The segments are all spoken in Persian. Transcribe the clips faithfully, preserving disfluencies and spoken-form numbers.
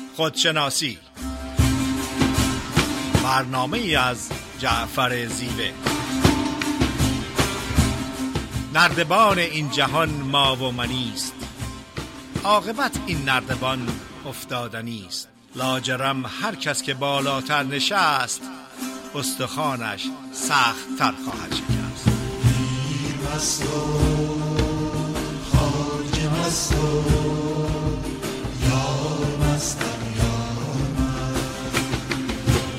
خودشناسی، برنامه ای از جعفر زیوه. نردبان این جهان ما و منیست، عاقبت این نردبان افتادنی است. لاجرم هر کس که بالاتر نشست، استخوانش سخت تر خواهد شکست. پیر مست و خواجه مست و یار مستم یار مست.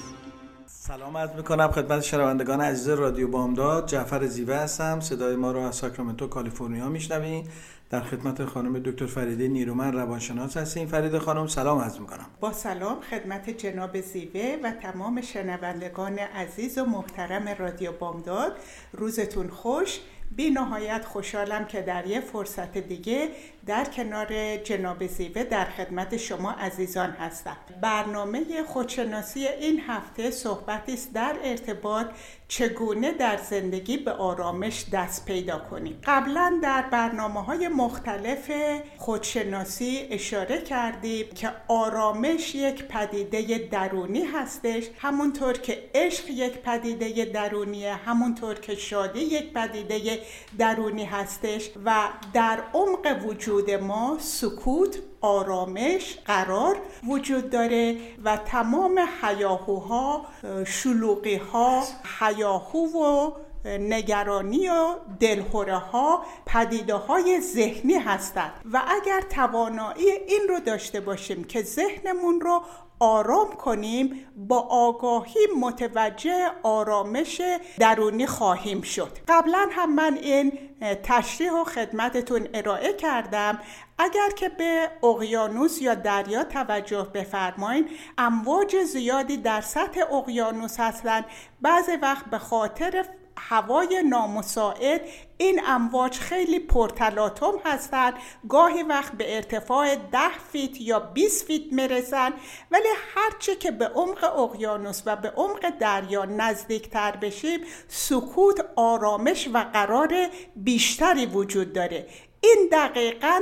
سلام عرض میکنم خدمت شنوندگان عزیز رادیو بامداد. جعفر زیوه هستم. صدای ما رو از ساکرامنتو کالیفرنیا میشنوین. در خدمت خانم دکتر فریده نیرومند روانشناس هستیم. فریده خانم سلام عرض میکنم. با سلام خدمت جناب زیوه و تمام شنوندگان عزیز و محترم رادیو بامداد. روزتون خوش. بی نهایت خوشحالم که در یه فرصت دیگه در کنار جناب زیوه در خدمت شما عزیزان هستم. برنامه خودشناسی این هفته صحبتی است در ارتباط چگونه در زندگی به آرامش دست پیدا کنیم. قبلا در برنامه‌های مختلف خودشناسی اشاره کردیم که آرامش یک پدیده درونی هستش، همونطور که عشق یک پدیده درونیه، همونطور که شادی یک پدیده درونی هستش و در عمق وجود ما سکوت، آرامش، قرار وجود داره و تمام هیاهوها، شلوغی‌ها، هیاهو و نگرانی و دلهره ها پدیده های ذهنی هستند و اگر توانایی این رو داشته باشیم که ذهنمون رو آرام کنیم، با آگاهی متوجه آرامش درونی خواهیم شد. قبلا هم من این تشریح و خدمتتون ارائه کردم. اگر که به اقیانوس یا دریا توجه بفرمایید، امواج زیادی در سطح اقیانوس هستند. بعضی وقت به خاطر هوای نامساعد این امواج خیلی پرتلاطم هستند، گاهی وقت به ارتفاع ده فیت یا بیست فیت میرسن، ولی هرچه که به عمق اقیانوس و به عمق دریا نزدیکتر بشیم، سکوت، آرامش و قرار بیشتری وجود داره. این دقیقاً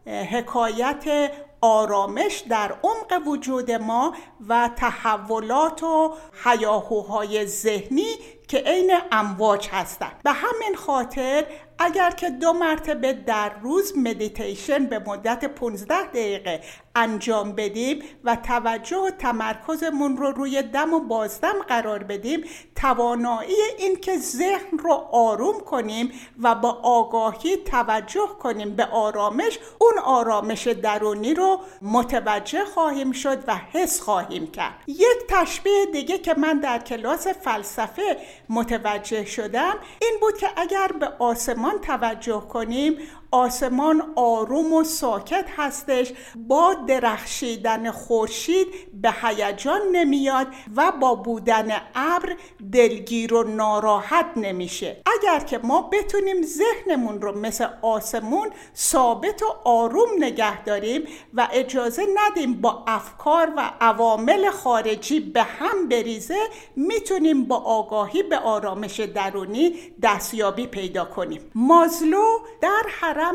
حکایت آرامش در عمق وجود ما و تحولات و هیاهوهای ذهنی که عین امواج هستند. به همین خاطر اگر که دو مرتبه در روز مدیتیشن به مدت پانزده دقیقه انجام بدیم و توجه و تمرکزمون رو روی دم و بازدم قرار بدیم، توانایی این که ذهن رو آروم کنیم و با آگاهی توجه کنیم به آرامش، اون آرامش درونی رو متوجه خواهیم شد و حس خواهیم کرد. یک تشبیه دیگه که من در کلاس فلسفه متوجه شدم این بود که اگر به آسمان توجه کنیم، آسمان آروم و ساکت هستش، با درخشیدن خورشید به هیجان نمیاد و با بودن ابر دلگیر و ناراحت نمیشه. اگر که ما بتونیم ذهنمون رو مثل آسمون ثابت و آروم نگه داریم و اجازه ندیم با افکار و عوامل خارجی به هم بریزه، میتونیم با آگاهی به آرامش درونی دستیابی پیدا کنیم. مازلو در هرم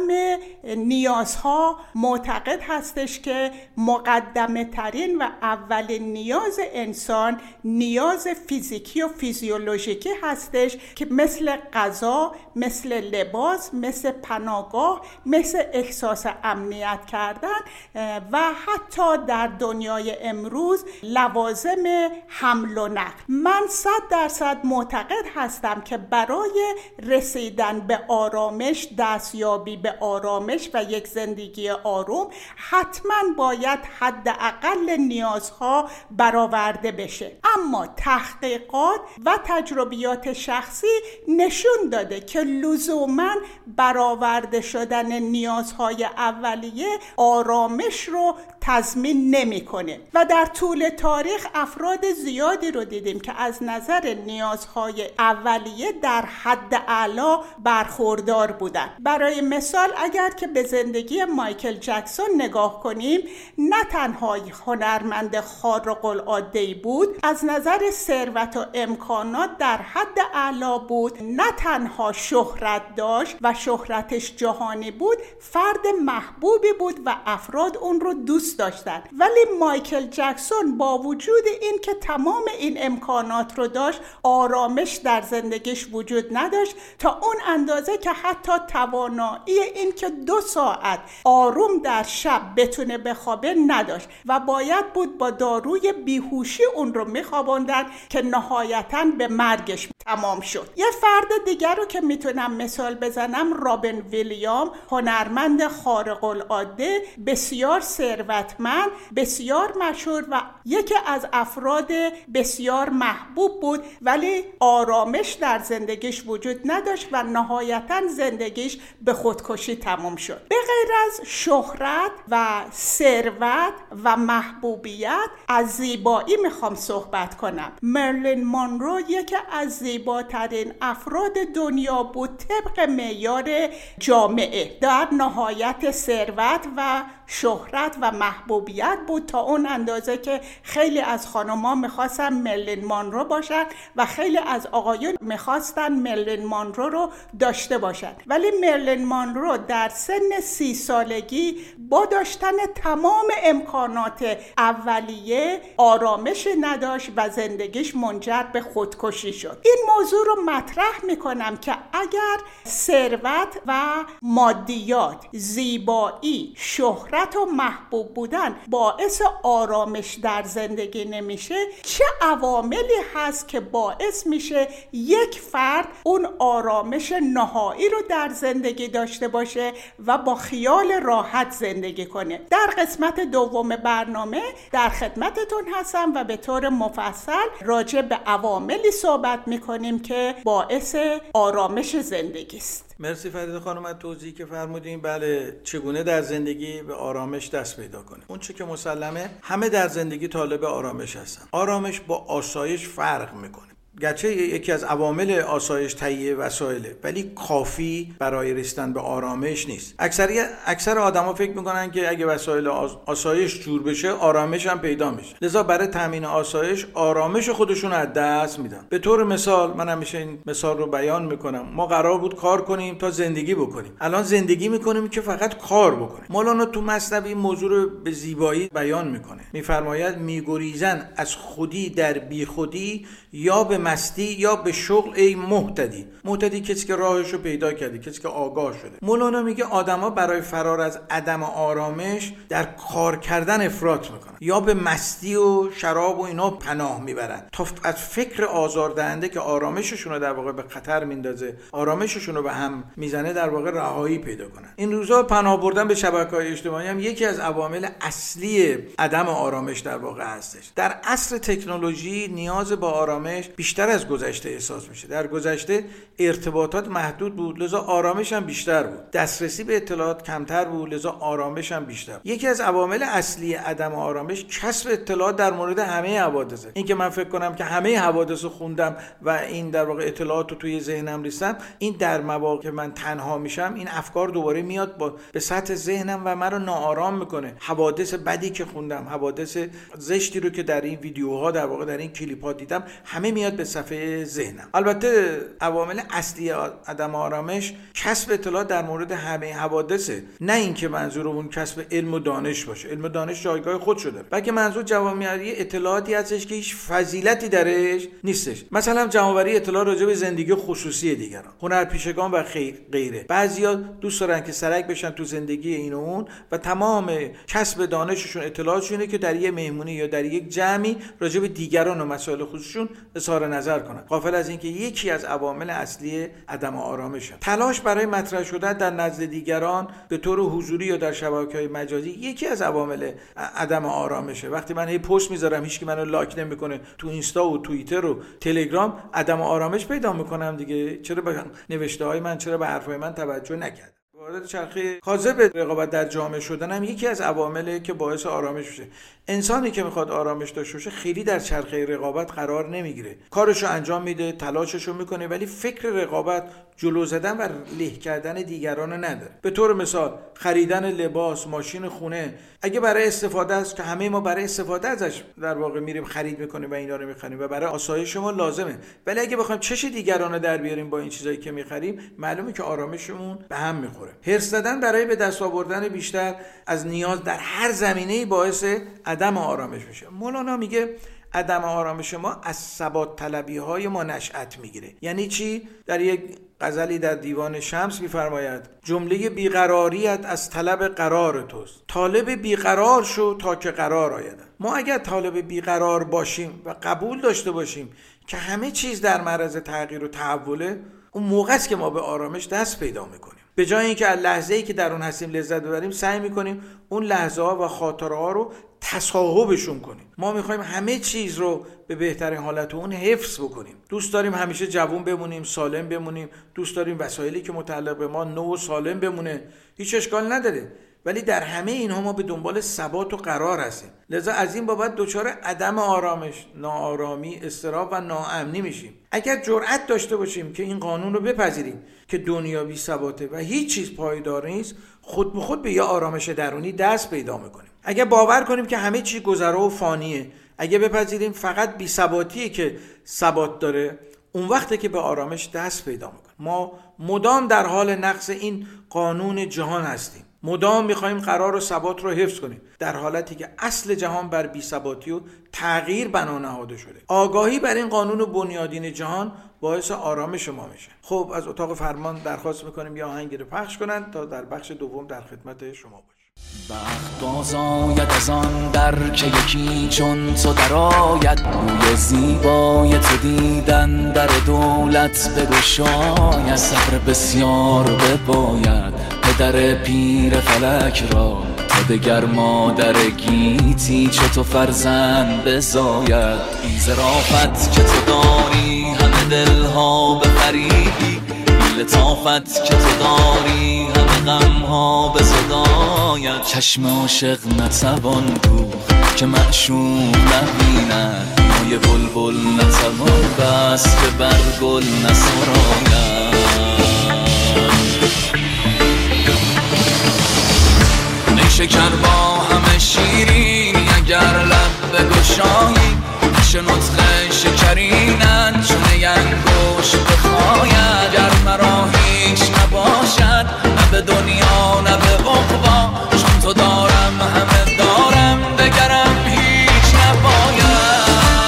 نیازها معتقد هستش که مقدمه ترین و اولین نیاز انسان نیاز فیزیکی و فیزیولوژیکی هستش که مثل غذا، مثل لباس، مثل پناهگاه، مثل احساس امنیت کردن و حتی در دنیای امروز لوازم حمل و نقل. من صد درصد معتقد هستم که برای رسیدن به آرامش، دستیابی به آرامش و یک زندگی آروم، حتما باید حداقل نیازها برآورده بشه. اما تحقیقات و تجربیات شخصی نشون داده که لزوما برآورده شدن نیازهای اولیه آرامش رو تضمین نمیکنه و در طول تاریخ افراد زیادی رو دیدیم که از نظر نیازهای اولیه در حد اعلا برخوردار بودن. برای مثال اگر که به زندگی مایکل جکسون نگاه کنیم، نه تنها هنرمند خارق العاده بود، از نظر ثروت و امکانات در حد اعلا بود، نه تنها شهرت داشت و شهرتش جهانی بود، فرد محبوبی بود و افراد اون رو دوست داشتن. ولی مایکل جکسون با وجود این که تمام این امکانات رو داشت، آرامش در زندگیش وجود نداشت، تا اون اندازه که حتی توانایی این که دو ساعت آروم در شب بتونه بخوابه نداشت و باید بود با داروی بیهوشی اون رو میخوابوندن که نهایتاً به مرگش تمام شد. یه فرد دیگر رو که میتونم مثال بزنم، رابین ویلیام، هنرمند خارق العاده، بسیار ثروتمند، بسیار مشهور و یکی از افراد بسیار محبوب بود، ولی آرامش در زندگیش وجود نداشت و نهایتاً زندگیش به خودکشی تمام شد. به غیر از شهرت و ثروت و محبوبیت، از زیبایی میخوام صحبت کنم. مرلین مونرو یکی از زیباترین افراد دنیا بود طبق معیار جامعه. در نهایت ثروت و شهرت و محبوبیت بود، تا اون اندازه که خیلی از خانم‌ها میخواستن مرلین مونرو باشن و خیلی از آقایون میخواستن مرلین مونرو رو داشته باشن. ولی مرلین مونرو در سن سی سالگی با داشتن تمام امکانات اولیه آرامش نداشت و زندگیش منجر به خودکشی شد. این موضوع رو مطرح میکنم که اگر ثروت و مادیات، زیبایی، شهرت و محبوب بودن باعث آرامش در زندگی نمیشه، چه عواملی هست که باعث میشه یک فرد اون آرامش نهایی رو در زندگی داشته باشه و با خیال راحت زندگی کنه؟ در قسمت دوم برنامه در خدمتتون هستم و به طور مفصل راجع به عواملی صحبت میکنیم که باعث آرامش زندگی است. مرسی فرید خانم از توضیحی که فرمودین. بله، چگونه در زندگی به آرامش دست پیدا کنیم. اون چه که مسلمه، همه در زندگی طالب آرامش هستن. آرامش با آسایش فرق میکنه. گرچه یکی از عوامل آسایش تهیه وسایله، ولی کافی برای رسیدن به آرامش نیست. اکثریت اکثر آدما فکر میکنن که اگه وسایل آسایش جور بشه، آرامش هم پیدا میشه. لذا برای تامین آسایش آرامش خودشون از دست میدن. به طور مثال، من همیشه این مثال رو بیان میکنم. ما قرار بود کار کنیم تا زندگی بکنیم. الان زندگی میکنیم که فقط کار بکنیم. مولانا تو مثنوی این موضوع رو به زیبایی بیان میکنه. میفرماید میگریزن از خودی در بیخودی، یا به مستی یا به شغل ای مهتدی. مهتدی کسی که راهش رو پیدا کرده، کسی که آگاه شده. مولانا میگه آدما برای فرار از عدم آرامش در کار کردن افراط میکنن، یا به مستی و شراب و اینا پناه میبرن تا از فکر آزاردهنده که آرامششون رو در واقع به خطر میندازه، آرامششون رو به هم میزنه، در واقع رهایی پیدا کنن. این روزا پناه بردن به شبکه‌های اجتماعی هم یکی از عوامل اصلی عدم آرامش در واقع هستش. در عصر تکنولوژی نیاز به آرامش بیشتر از گذشته احساس میشه. در گذشته ارتباطات محدود بود، لذا آرامش هم بیشتر بود. دسترسی به اطلاعات کمتر بود، لذا آرامش هم بیشتر. یکی از عوامل اصلی عدم آرامش کسب اطلاعات در مورد همه حوادث. این که من فکر کنم که همه حوادث رو خوندم و این در واقع اطلاعات رو توی ذهنم ریختم، این در مواقع که من تنها میشم این افکار دوباره میاد با به سطح ذهنم و من رو ناآرام میکنه. حوادث بدی که خوندم، حوادث زشتی رو که در این ویدیوها در واقع در این کلیپ‌ها دیدم، همه میاد به صفحه ذهنم. البته عوامل اصلی عدم آرامش کسب اطلاعات در مورد همه حوادثه، نه اینکه منظور اون کسب علم و دانش باشه. علم و دانش جایگاه خودشو داره، بلکه منظور جمع‌آوری اطلاعاتی هستش که هیچ فضیلتی درش نیستش. مثلا جمع‌آوری اطلاعات راجع به زندگی خصوصی دیگران، هنرپیشگان و غیره. بعضیا دوست دارن که سرک بشن تو زندگی این و اون و تمام کسب دانششون، اطلاعاتشونه که در یک مهمونی یا در یک جمعی راجع به دیگران و مسائل خصوصیشون اظهار نظر کنن، غافل از اینکه یکی از عوامل اصلی عدم آرامشه. تلاش برای مطرح شدن در نزد دیگران به طور حضوری یا در شبکه‌های مجازی یکی از عوامل عدم آرامشه. وقتی من هی پست میذارم هیچکی منو لایک نمیکنه تو اینستا و توییتر و تلگرام، عدم آرامش پیدا میکنم دیگه. چرا به نوشته های من، چرا به حرفای من توجه نکرد؟ وارد چرخه کاذب رقابت در جامعه شدن هم یکی از عواملی که باعث آرامش میشه. انسانی که میخواد آرامش داشته باشه خیلی در چرخه رقابت قرار نمیگیره. کارشو انجام میده، تلاششو میکنه، ولی فکر رقابت جلو زدن و له کردن دیگران نداره. به طور مثال خریدن لباس، ماشین، خونه اگه برای استفاده است که همه ما برای استفاده ازش در واقع میریم خرید میکنیم و اینا رو میخریم و برای آسایش ما لازمه، ولی اگه بخوایم چش دیگران رو در بیاریم با این چیزایی که میخریم معلومه که آرامشمون به هم میخوره. حرص زدن برای به دست آوردن بیشتر از نیاز در هر زمینه‌ای باعث عدم آرامش میشه. مولانا میگه عدم آرامش ما از ثبات طلبی های ما نشأت میگیره. یعنی چی؟ در یک غزلی در دیوان شمس میفرماید جمله بیقراریت از طلب قرار توست، طالب بیقرار شو تا که قرار آید. ما اگر طالب بیقرار باشیم و قبول داشته باشیم که همه چیز در معرض تغییر و تحوله، اون موقع است که ما به آرامش دست پیدا میکنیم. به جای اینکه از لحظه‌ای که در اون هستیم لذت ببریم، سعی میکنیم اون لحظه ها و خاطره ها رو تصاحبشون کنیم. ما میخوایم همه چیز رو به بهترین حالت اون حفظ بکنیم. دوست داریم همیشه جوان بمونیم، سالم بمونیم، دوست داریم وسایلی که متعلق به ما نو و سالم بمونه، هیچ اشکال نداره، ولی در همه اینها ما به دنبال ثبات و قرار هستیم. لذا از این بابت دچار عدم آرامش، ناآرامی، اضطراب و ناامنی میشیم. اگر جرأت داشته باشیم که این قانون رو بپذیریم که دنیا بی ثباته و هیچ چیز پایدار نیست، خود به خود به یه آرامش درونی دست پیدا میکنیم. اگر باور کنیم که همه چی گذرا و فانیه، اگه بپذیریم فقط بی ثباتیه که ثبات داره، اون وقته که به آرامش دست پیدا میکنیم. ما مدام در حال نقض این قانون جهان هستیم. مدام میخوایم قرار و ثبات رو حفظ کنیم، در حالتی که اصل جهان بر بی ثباتی و تغییر بنا نهاده شده. آگاهی بر این قانون بنیادین جهان باعث آرامش ما میشه. خب از اتاق فرمان درخواست میکنیم یا آهنگی رو پخش کنن تا در بخش دوم در خدمت شما باشیم. بخت باز آید از آن در که یکی چون تو در آید، روی زیبای تو دیدن در دولت بگشاید. صبر بسیار بباید پدر پیر فلک را، تا دگر مادر گیتی چو تو فرزند بزاید. این ظرافت که تو داری همه دلها بفریبی، لطافت که تو داری همه غمها بزداید. چشم عاشق نتوان دوخت که معشوق نبیند، مای بلبل نتوان بست که بر گل نسراید. نیشکر با همه شیرینی اگر لب بگشایی، پیش نطق شکرینت چون ینگوش بخواید. گر مرا هیچ نباشد نه به دنیا نه به عقبا، چون تو دارم همه دارم دگرم هیچ نباید.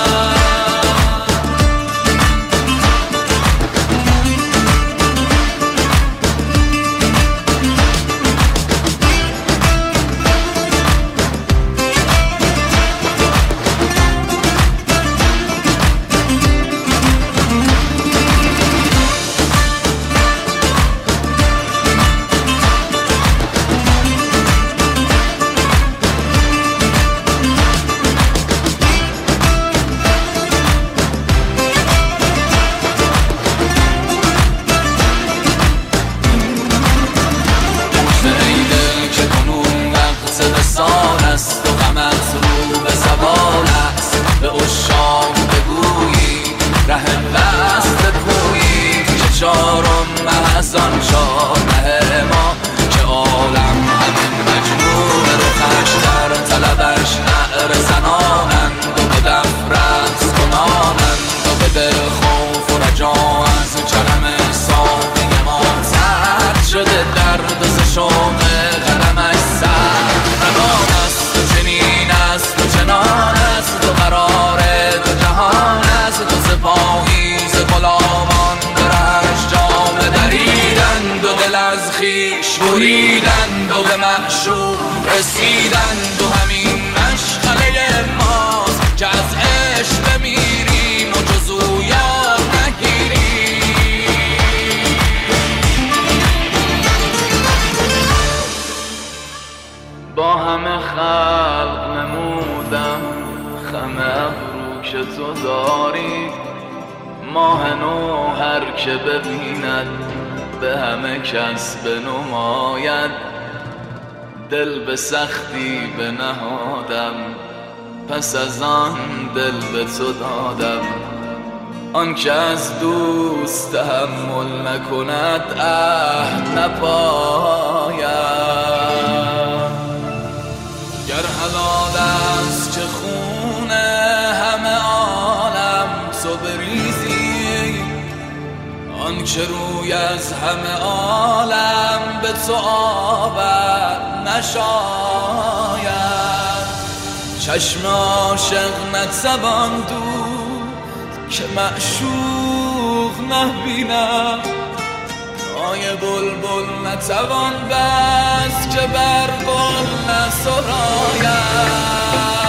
بریدند و به معشوق رسیدند و همین مشغله ماست که از عشق بمیریم و جزو یاد نگیریم. با همه خلق نمودم خم ابرو که تو داری، ماه نو هر که ببیند به همه کس بنماید. دل به سختی بنهادم پس از آن دل به تو دادم، آن که از دوست تحمل نکند عهد نپاید. گر حلال است چه خون همه عالم تو بریزی، آن که روی از همه عالم به تو آبد نشاید. چشم عاشق نتوان دود که معشوق نبیند، پای بلبل نتوان بست که بر گل نسراید.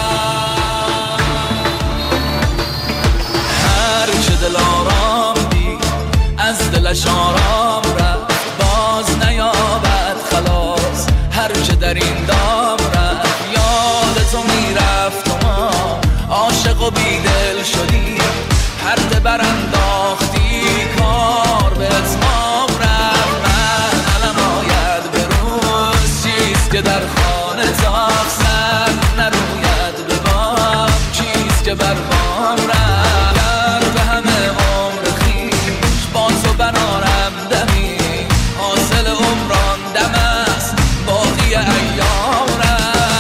هر که دل آرام دید از دلش آرام رفت، باز نیابد خلاص. هر که در این دام رفت یاد تو میرفت و ما عاشق و بیدل شدی. پرده برانداختی کار به اتمام رفت. من علم آید به روز چیست که در خانه تاق سر نروید به بام، چیست که بر بام رفت. در به همه عمر خیش با تو بنارم دمی، حاصل عمران دم است باقی ایام رفت.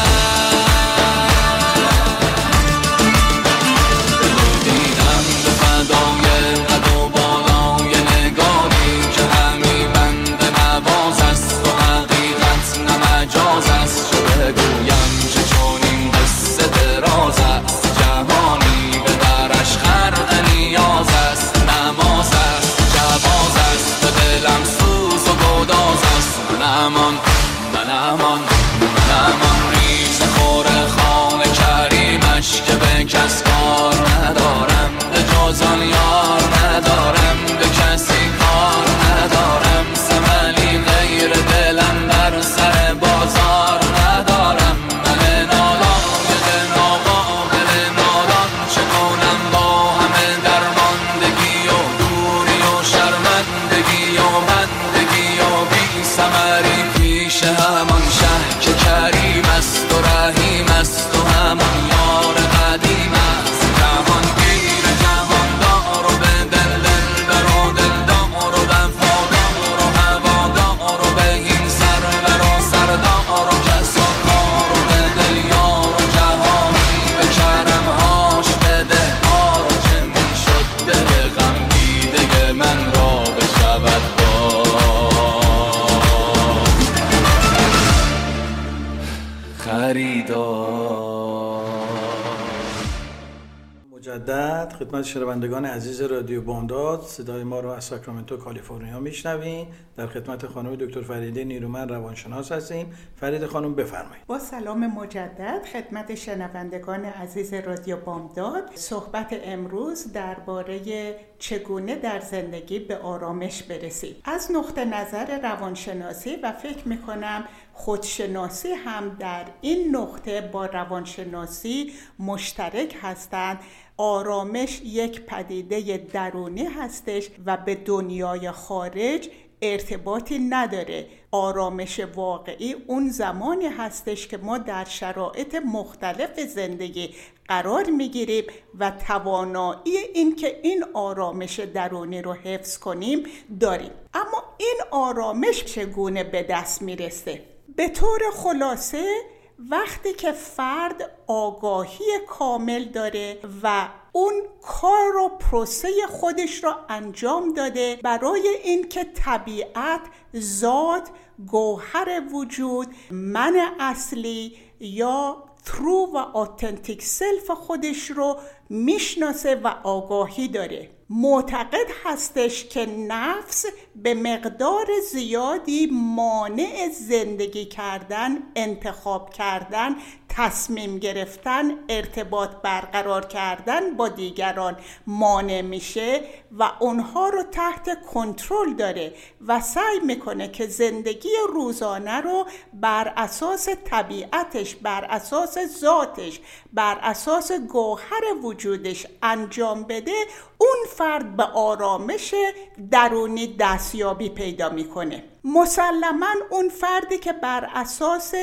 کس کار ندارم به جز آن یار ندارم، به کسی کار ندارم. سملی غیر دلم بر سر بازار ندارم. من نالای دل ناقابل نالان چه کنم با همه درماندگی و دوری و شرمندگی و بندگی و بی ثمری پیش همان شه که کریم است و رحیم است و همان یار قدیم است. جهان گیر جهان دار و به دل دل بر و دل دار و وفادار و هوادار و به این سرور و سردار و کس و کار و به دل یار و جهانی به کرمهاش بده هار. چه می شد دل غم دیده من را بشود خریدار. مجدد خدمت شنوندگان عزیز رادیو بامداد، صدای ما رو از ساکرامنتو کالیفرنیا میشنوین. در خدمت خانم دکتر فریده نیرومند روانشناس هستیم. فریده خانم بفرمایید. با سلام مجدد خدمت شنوندگان عزیز رادیو بامداد. صحبت امروز درباره چگونه در زندگی به آرامش برسید از نقطه نظر روانشناسی، و فکر میکنم خودشناسی هم در این نقطه با روانشناسی مشترک هستند. آرامش یک پدیده درونی هستش و به دنیای خارج ارتباطی نداره. آرامش واقعی اون زمانی هستش که ما در شرایط مختلف زندگی قرار میگیریم و توانایی این که این آرامش درونی رو حفظ کنیم داریم. اما این آرامش چگونه به دست میرسه؟ به طور خلاصه وقتی که فرد آگاهی کامل داره و اون کار و پروسه خودش را انجام داده برای اینکه طبیعت، ذات، گوهر وجود، من اصلی یا ترو و آتنتیک سلف خودش رو میشناسه و آگاهی داره. معتقد هستش که نفس به مقدار زیادی مانع زندگی کردن، انتخاب کردن، تصمیم گرفتن، ارتباط برقرار کردن با دیگران مانع میشه و اونها رو تحت کنترل داره و سعی میکنه که زندگی روزانه رو بر اساس طبیعتش، بر اساس ذاتش، بر اساس گوهر وجودش انجام بده. اون فرد به آرامش درونی دستیابی پیدا میکنه. مسلماً اون فردی که بر اساس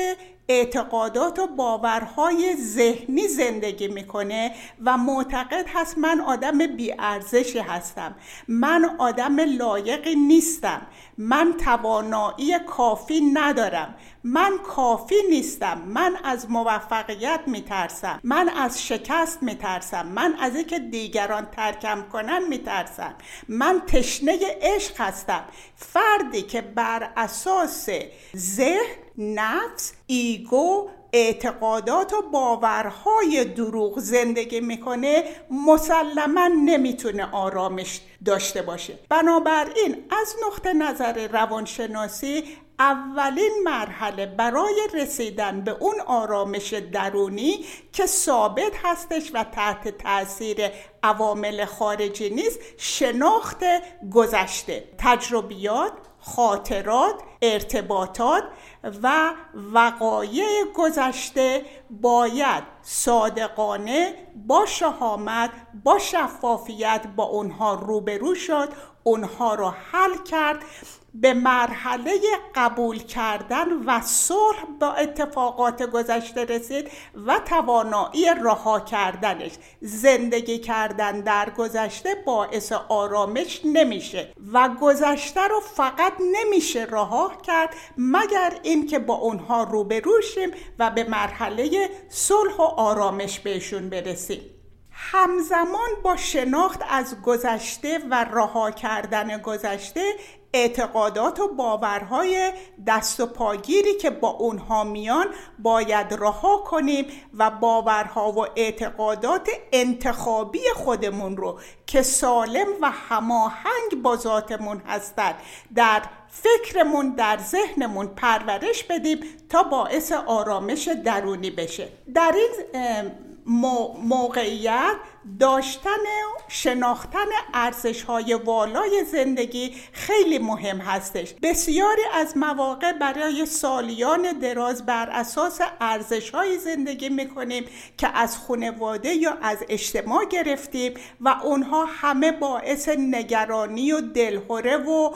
اعتقادات و باورهای ذهنی زندگی میکنه و معتقد هست من آدم بی‌ارزشی هستم، من آدم لایقی نیستم، من توانایی کافی ندارم، من کافی نیستم، من از موفقیت میترسم، من از شکست میترسم، من از اینکه دیگران ترکم کنن میترسم، من تشنه عشق هستم. فردی که بر اساس ذهن، نفس، ایگو، اعتقادات و باورهای دروغ زندگی میکنه مسلماً نمیتونه آرامش داشته باشه. بنابراین از نقطه نظر روانشناسی اولین مرحله برای رسیدن به اون آرامش درونی که ثابت هستش و تحت تأثیر عوامل خارجی نیست، شناخت گذشته، تجربیات، خاطرات، ارتباطات و وقایع گذشته باید صادقانه با شهامت، با شفافیت با اونها روبرو شد، اونها رو حل کرد، به مرحله قبول کردن و صلح با اتفاقات گذشته رسید و توانایی رها کردنش. زندگی کردن در گذشته باعث آرامش نمیشه و گذشته رو فقط نمیشه رها کرد مگر اینکه با اونها روبرو شیم و به مرحله صلح و آرامش بهشون برسیم. همزمان با شناخت از گذشته و رها کردن گذشته، اعتقادات و باورهای دست و پاگیری که با اونها میان باید رها کنیم و باورها و اعتقادات انتخابی خودمون رو که سالم و هماهنگ با ذاتمون هستند در فکرمون، در ذهنمون پرورش بدیم تا باعث آرامش درونی بشه. در این موقعیت داشتن و شناختن ارزش‌های والای زندگی خیلی مهم هستش. بسیاری از مواقع برای سالیان دراز بر اساس ارزش‌های زندگی می‌کنیم که از خانواده یا از اجتماع گرفتیم و اونها همه باعث نگرانی و دلهره و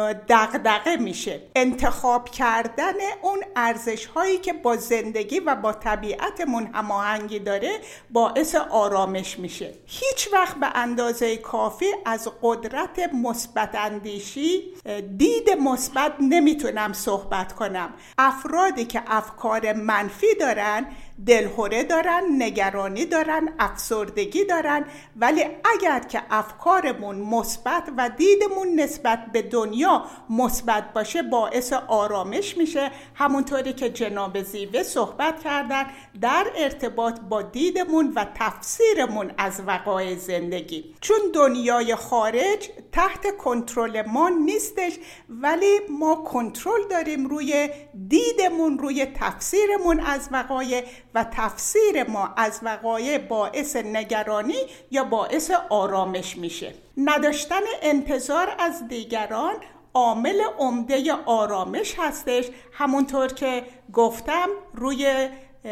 دغدغه میشه. انتخاب کردن اون ارزش‌هایی که با زندگی و با طبیعتمون هماهنگی داره باعث آرامش میشه. هیچ وقت به اندازه کافی از قدرت مثبت اندیشی، دید مثبت نمیتونم صحبت کنم. افرادی که افکار منفی دارن، دلهره دارن، نگرانی دارن، افسردگی دارن، ولی اگر که افکارمون مثبت و دیدمون نسبت به دنیا مثبت باشه باعث آرامش میشه. همونطوری که جناب زیوه صحبت کردن در ارتباط با دیدمون و تفسیرمون از وقایع زندگی، چون دنیای خارج تحت کنترل ما نیستش ولی ما کنترل داریم روی دیدمون، روی تفسیرمون از وقایع و تفسیر ما از وقایع باعث نگرانی یا باعث آرامش میشه. نداشتن انتظار از دیگران عامل عمده آرامش هستش. همونطور که گفتم روی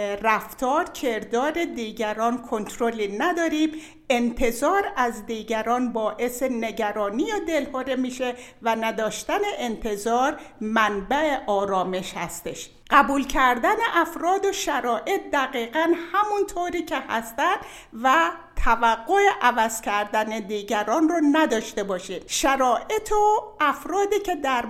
رفتار، کردار دیگران کنترلی نداریم. انتظار از دیگران باعث نگرانی و دلهره میشه و نداشتن انتظار منبع آرامش هستش. قبول کردن افراد و شرایط دقیقاً همونطوری که هستن و توقع عوض کردن دیگران رو نداشته باشید. شرایط و افرادی که در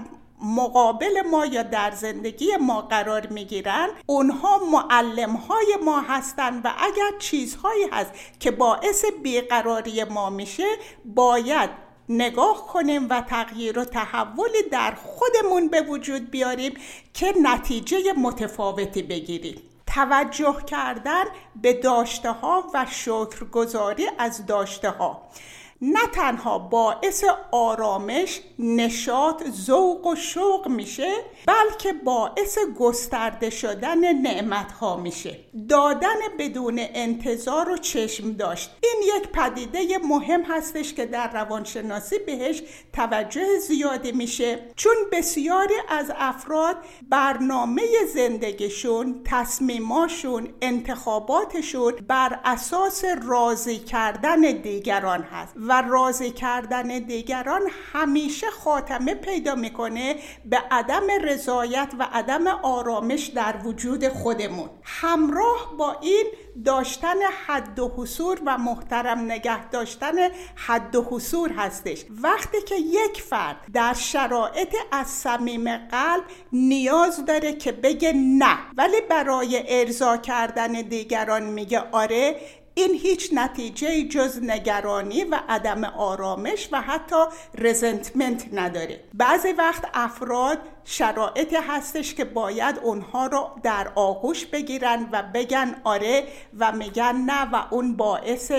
مقابل ما یا در زندگی ما قرار میگیرن اونها معلم‌های ما هستن و اگر چیزهایی هست که باعث بیقراری ما میشه باید نگاه کنیم و تغییر و تحولی در خودمون به وجود بیاریم که نتیجه متفاوتی بگیریم. توجه کردن به داشته ها و شکرگزاری از داشته ها نه تنها باعث آرامش، نشاط، ذوق و شوق میشه بلکه باعث گسترده شدن نعمت‌ها میشه. دادن بدون انتظار و چشم داشت، این یک پدیده مهم هستش که در روانشناسی بهش توجه زیادی میشه، چون بسیاری از افراد برنامه زندگیشون، تصمیماشون، انتخاباتشون بر اساس راضی کردن دیگران هست و راضی کردن دیگران همیشه خاتمه پیدا میکنه به عدم رضایت و عدم آرامش در وجود خودمون. همراه با این داشتن حد و حصور و محترم نگه داشتن حد و حصور هستش. وقتی که یک فرد در شرایط از صمیم قلب نیاز داره که بگه نه، ولی برای ارضا کردن دیگران میگه آره، این هیچ نتیجه جز نگرانی و عدم آرامش و حتی رزنتمنت نداره. بعضی وقت افراد شرایطی هستش که باید اونها رو در آغوش بگیرن و بگن آره و میگن نه و اون باعث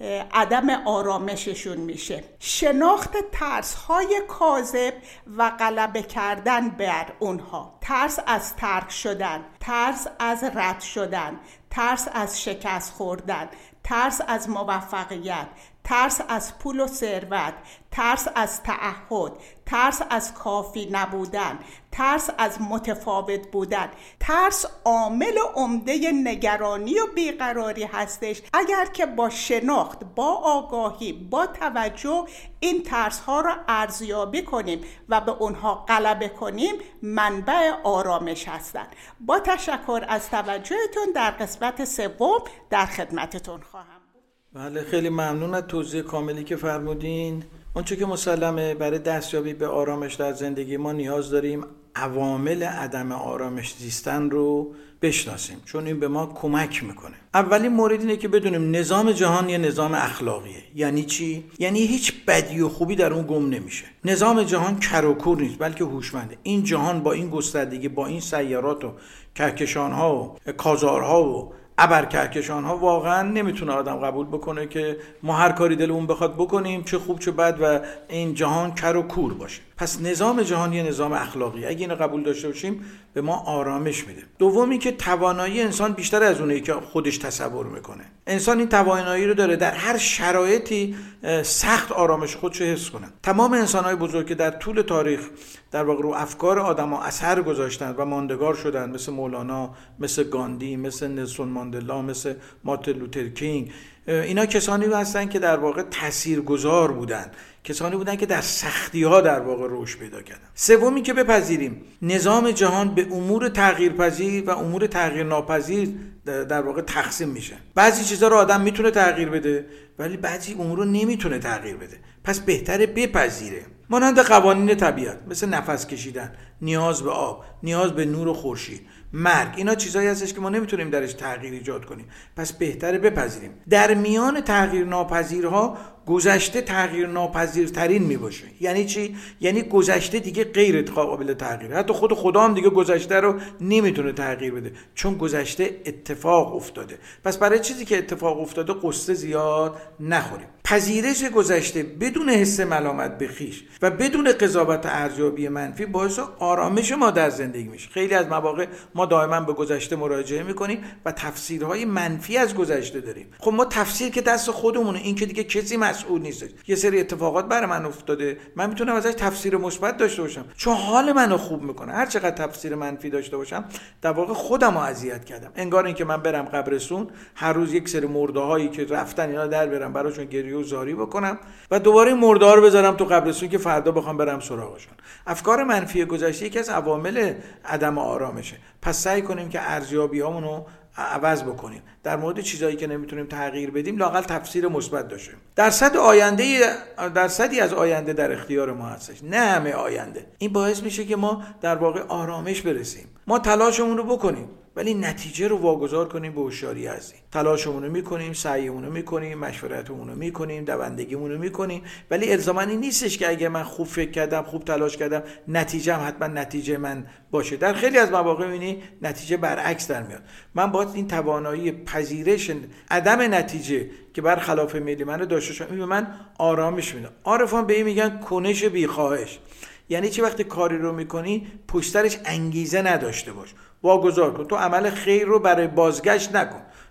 عدم آرامششون میشه. شناخت ترس‌های کاذب و غلبه کردن بر اونها، ترس از ترک شدن، ترس از رد شدن، ترس از شکست خوردن، ترس از موفقیت، ترس از پول و ثروت، ترس از تعهد، ترس از کافی نبودن، ترس از متفاوت بودن. ترس عامل عمده نگرانی و بیقراری هستش. اگر که با شناخت، با آگاهی، با توجه این ترس ها را ارزیابی کنیم و به اونها غلبه کنیم، منبع آرامش هستند. با تشکر از توجهتون، در قسمت سوم در خدمتتون خواهم بود. بله، خیلی ممنون از توضیح کاملی که فرمودین. اونچه که مسلمه برای دستیابی به آرامش در زندگی ما نیاز داریم عوامل عدم آرامش زیستن رو بشناسیم، چون این به ما کمک میکنه. اولین مورد اینه که بدونیم نظام جهان یه نظام اخلاقیه. یعنی چی؟ یعنی هیچ بدی و خوبی در اون گم نمیشه. نظام جهان کر و کور نیست، بلکه هوشمنده. این جهان با این گستردگی، با این سیارات و کهکشان‌ها و کازارها و ابرکهکشان ها واقعا نمیتونه آدم قبول بکنه که ما هر کاری دلمون بخواد بکنیم، چه خوب چه بد، و این جهان کر و کور باشه. پس نظام جهان یه نظام اخلاقی، اگه اینو قبول داشته باشیم به ما آرامش میده. دومی که توانایی انسان بیشتر از اونایی که خودش تصور میکنه. انسان این توانایی رو داره در هر شرایطی سخت آرامش خودش حس کنه. تمام انسان‌های بزرگ که در طول تاریخ در واقع رو افکار آدم‌ها اثر گذاشتن و ماندگار شدن، مثل مولانا، مثل گاندی، مثل نلسون ماندلا، مثل مارتین لوتر کینگ، اینا کسانی هستن که در واقع تاثیرگذار بودن، کسانی بودن که در سختی‌ها در واقع رشد پیدا کردن. سومی که بپذیریم نظام جهان به امور تغییرپذیر و امور تغییرناپذیر در واقع تقسیم میشه. بعضی چیزا رو آدم میتونه تغییر بده، ولی بعضی امور رو نمیتونه تغییر بده. پس بهتره بپذیره. مانند قوانین طبیعت، مثل نفس کشیدن، نیاز به آب، نیاز به نور خورشید، مرگ، اینا چیزایی هستش که ما نمیتونیم درش تغییر ایجاد کنیم. پس بهتره بپذیریم. در میان تغییر ناپذیرها گذشته تغییر ناپذیرترین میباشه. یعنی چی؟ یعنی گذشته دیگه غیر قابل تغییره. حتی خود خدا هم دیگه گذشته رو نمیتونه تغییر بده، چون گذشته اتفاق افتاده. پس برای چیزی که اتفاق افتاده قصه زیاد نخوریم. پذیرش گذشته بدون حس ملامت به خویش و بدون قضاوت و ارزیابی منفی باعث آرامش ما در زندگی میشه. خیلی از مواقع ما دائما به گذشته مراجعه میکنیم و تفسیرهای منفی از گذشته داریم. خب ما تفسیر که دست خودمونه، این که دیگه کسی مسئول نیست. یه سری اتفاقات برای من افتاده، من میتونم ازش تفسیر مثبت داشته باشم چون حال منو خوب میکنه. هر چقدر تفسیر منفی داشته باشم در واقع خودمو اذیت کردم. انگار اینکه من برم قبرستون، هر روز یک سری مرده‌هایی که رفتن اینا در برم براشون گریه و زاری بکنم و دوباره این مرده‌ها رو بذارم تو قبرستون که فردا بخوام برم سراغشون. افکار منفی گذشته یکی از عوامل عدم آرامشه. پس سعی کنیم که ارزیابیامون رو عوض بکنیم. در مورد چیزایی که نمیتونیم تغییر بدیم لااقل تفسیر مثبت داشته. درصد آینده درصدی از آینده در اختیار ما هستش، نه همه آینده. این باعث میشه که ما در واقع آرامش برسیم. ما تلاشمون رو بکنیم ولی نتیجه رو واگذار کنیم به هوشیاری هستیم. تلاشمون رو میکنیم، سعیمون رو میکنیم، مشورتمون رو میکنیم، دوندگیمون رو میکنیم، ولی الزاما این نیستش که اگه من خوب فکر کردم، خوب تلاش کردم، نتیجه هم حتما نتیجه من باشه. در خیلی از مواقع میبینی نتیجه برعکس در میاد. من باید این توانایی پذیرش عدم نتیجه که برخلاف میل من داشته باشم، این به من آرامش میده. عارفان به این میگن کنش بیخواهش. یعنی چی؟ وقتی کاری رو میکنی پشترش انگیزه نداشته باش، واگذار کن. تو عمل خیر رو برای بازگشت نکن.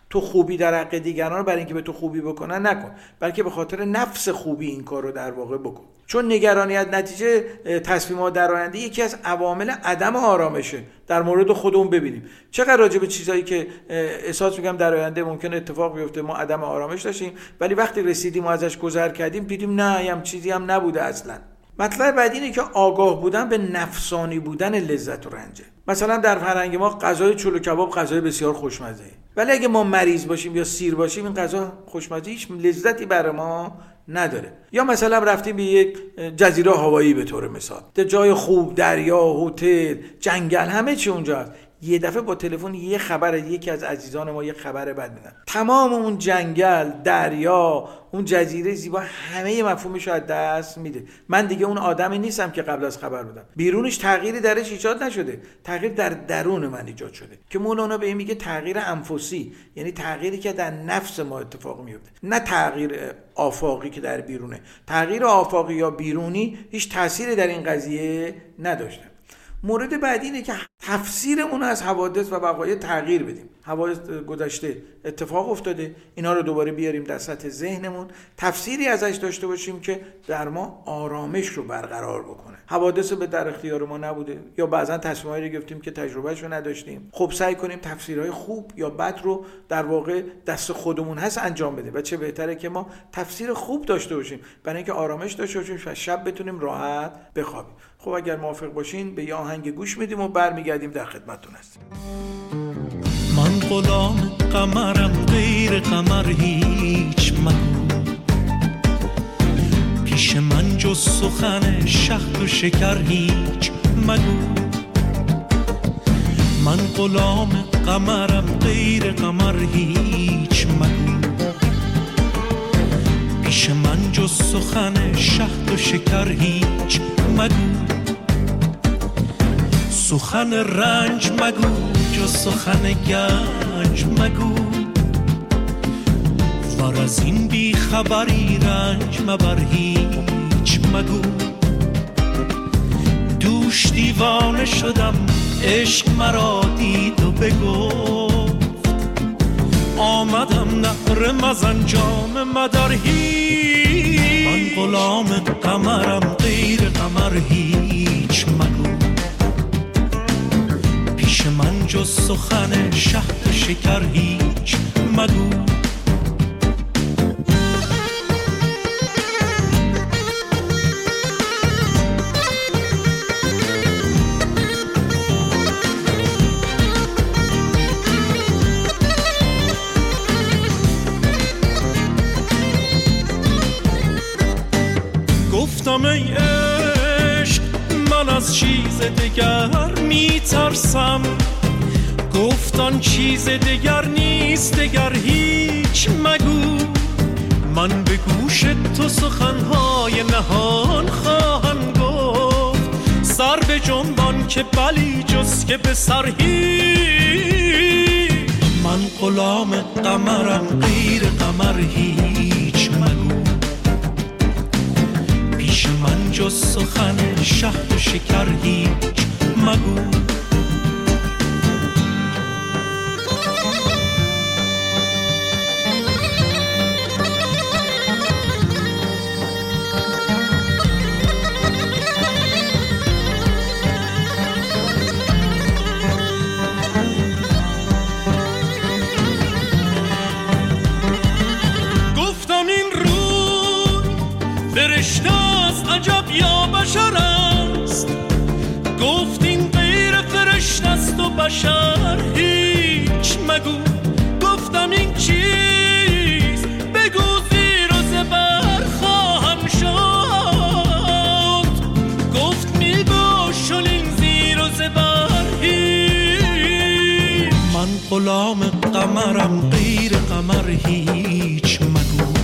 تو خوبی در حق دیگران رو برای اینکه به تو خوبی بکنن نکن، بلکه به خاطر نفس خوبی این کار رو در واقع بکن. چون نگرانی از نتیجه تصمیمات در آینده یکی از عوامل عدم آرامشه. در مورد خودمون ببینیم چقدر راجع به چیزایی که احساس می‌کنم در آینده ممکنه اتفاق بیفته ما عدم آرامش داشتیم، ولی وقتی رسیدیم و ازش گذر کردیم دیدیم نه، هم چیزی هم نبوده اصلا. مطلب بعدی اینه که آگاه بودن به نفسانی بودن لذت و رنجه. مثلا در فرهنگ ما غذای چلو کباب غذای بسیار خوشمزه‌ای، ولی اگه ما مریض باشیم یا سیر باشیم این غذا خوشمزه هیچ لذتی برای ما نداره. یا مثلا رفتیم به یک جزیره هوایی به طور مثال، در جای خوب، دریا، هتل، جنگل، همه چی اونجا هست. یه دفعه با تلفن یه خبر یکی از عزیزان ما یه خبر بد میدن، تمام اون جنگل، دریا، اون جزیره زیبا همه مفهومش رو از دست میده. من دیگه اون آدمی نیستم که قبل از خبر بودم. بیرونش تغییری درش ایجاد نشده، تغییر در درون من ایجاد شده که مولانا به این میگه تغییر انفسی، یعنی تغییری که در نفس ما اتفاق میفته، نه تغییر آفاقی که در بیرونه. تغییر آفاقی یا بیرونی هیچ تأثیری در این قضیه نداشته. مورد بعدی اینه که تفسیرمون از حوادث و وقایع تغییر بدیم. حوادث گذشته اتفاق افتاده، اینا رو دوباره بیاریم در سطح ذهنمون، تفسیری ازش داشته باشیم که در ما آرامش رو برقرار بکنه. حوادث به در اختیار ما نبوده یا بعضا تصمیمایی رو گرفتیم که تجربهش رو نداشتیم. خب سعی کنیم تفسیرهای خوب یا بد رو در واقع دست خودمون هست انجام بدیم و چه بهتره که ما تفسیر خوب داشته باشیم برای اینکه آرامش داشته باشیم و شب بتونیم راحت بخوابیم. خب اگر موافق باشین به یه آهنگ گوش میدیم و برمیگردیم در خدمتتون هستیم. من غلام قمرم، غیر قمر هیچ مگو، پیش من جز سخن شهد و شکر هیچ مگو. من غلام قمرم، غیر قمر هیچ مگو، پیش من جز سخن شهد و شکر هیچ مگو. سخن رنج مگو، جز سخن گنج مگو، ور از این بی خبری رنج مبر هیچ مگو. دوش دیوانه شدم، عشق مرا دید و بگفت، آمدم نهر مزن جام مدر هیچ. من غلام قمرم، غیر قمر هیچ مگو، پیش من جز سخن شهد و شکر هیچ مگو. گفتم ای عشق من از چیز دگر میترسم، گفتان چیز دگر نیست دگر هیچ مگو. من به گوش تو سخنهای نهان خواهم گفت، سر به جنبان که بلی جز که به سر هیچ. من غلام قمرم، غیر قمر هیچ مگو، پیش من جز سخن شهد و شکر هیچ مگو. فرشته است عجب یا بشر است، گفت این غیر فرشته است و بشر هیچ مگو. گفتم این چیز بگو زیر و زبر خواهم شد، گفت میگو شلین زیر و زبر هیچ. من غلام قمرم، غیر قمر هیچ مگو،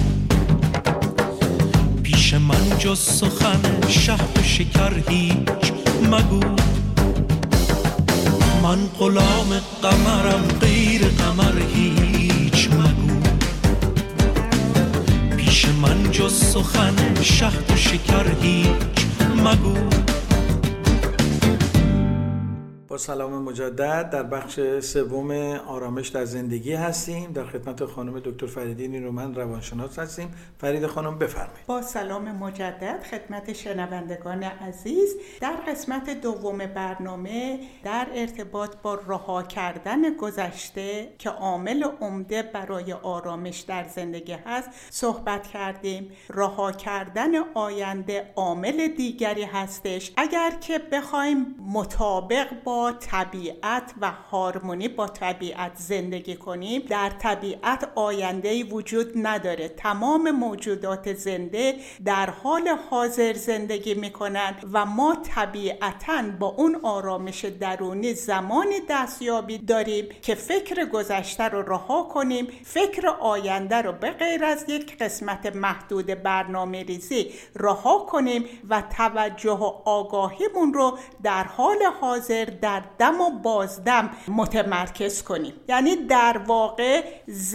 من جز سخن شهد و شکر هیچ مگو. من غلام قمرم، غیر قمر هیچ مگو، پیش من جز سخن شهد و شکر هیچ مگو. با سلام مجدد در بخش سوم آرامش در زندگی هستیم. در خدمت خانم دکتر فریده نیرومند روانشناس هستیم. فریده خانم بفرمایید. با سلام مجدد خدمت شنوندگان عزیز. در قسمت دوم برنامه در ارتباط با رها کردن گذشته که عامل عمده برای آرامش در زندگی هست صحبت کردیم. رها کردن آینده عامل دیگری هستش. اگر که بخوایم مطابق با طبیعت و هارمونی با طبیعت زندگی کنیم، در طبیعت آینده‌ای وجود نداره. تمام موجودات زنده در حال حاضر زندگی میکنن و ما طبیعتاً با اون آرامش درونی زمانی دستیابی داریم که فکر گذشته رو رها کنیم، فکر آینده رو به غیر از یک قسمت محدود برنامه ریزی رها کنیم و توجه و آگاهیمون رو در حال حاضر در دم و بازدم متمرکز کنیم. یعنی در واقع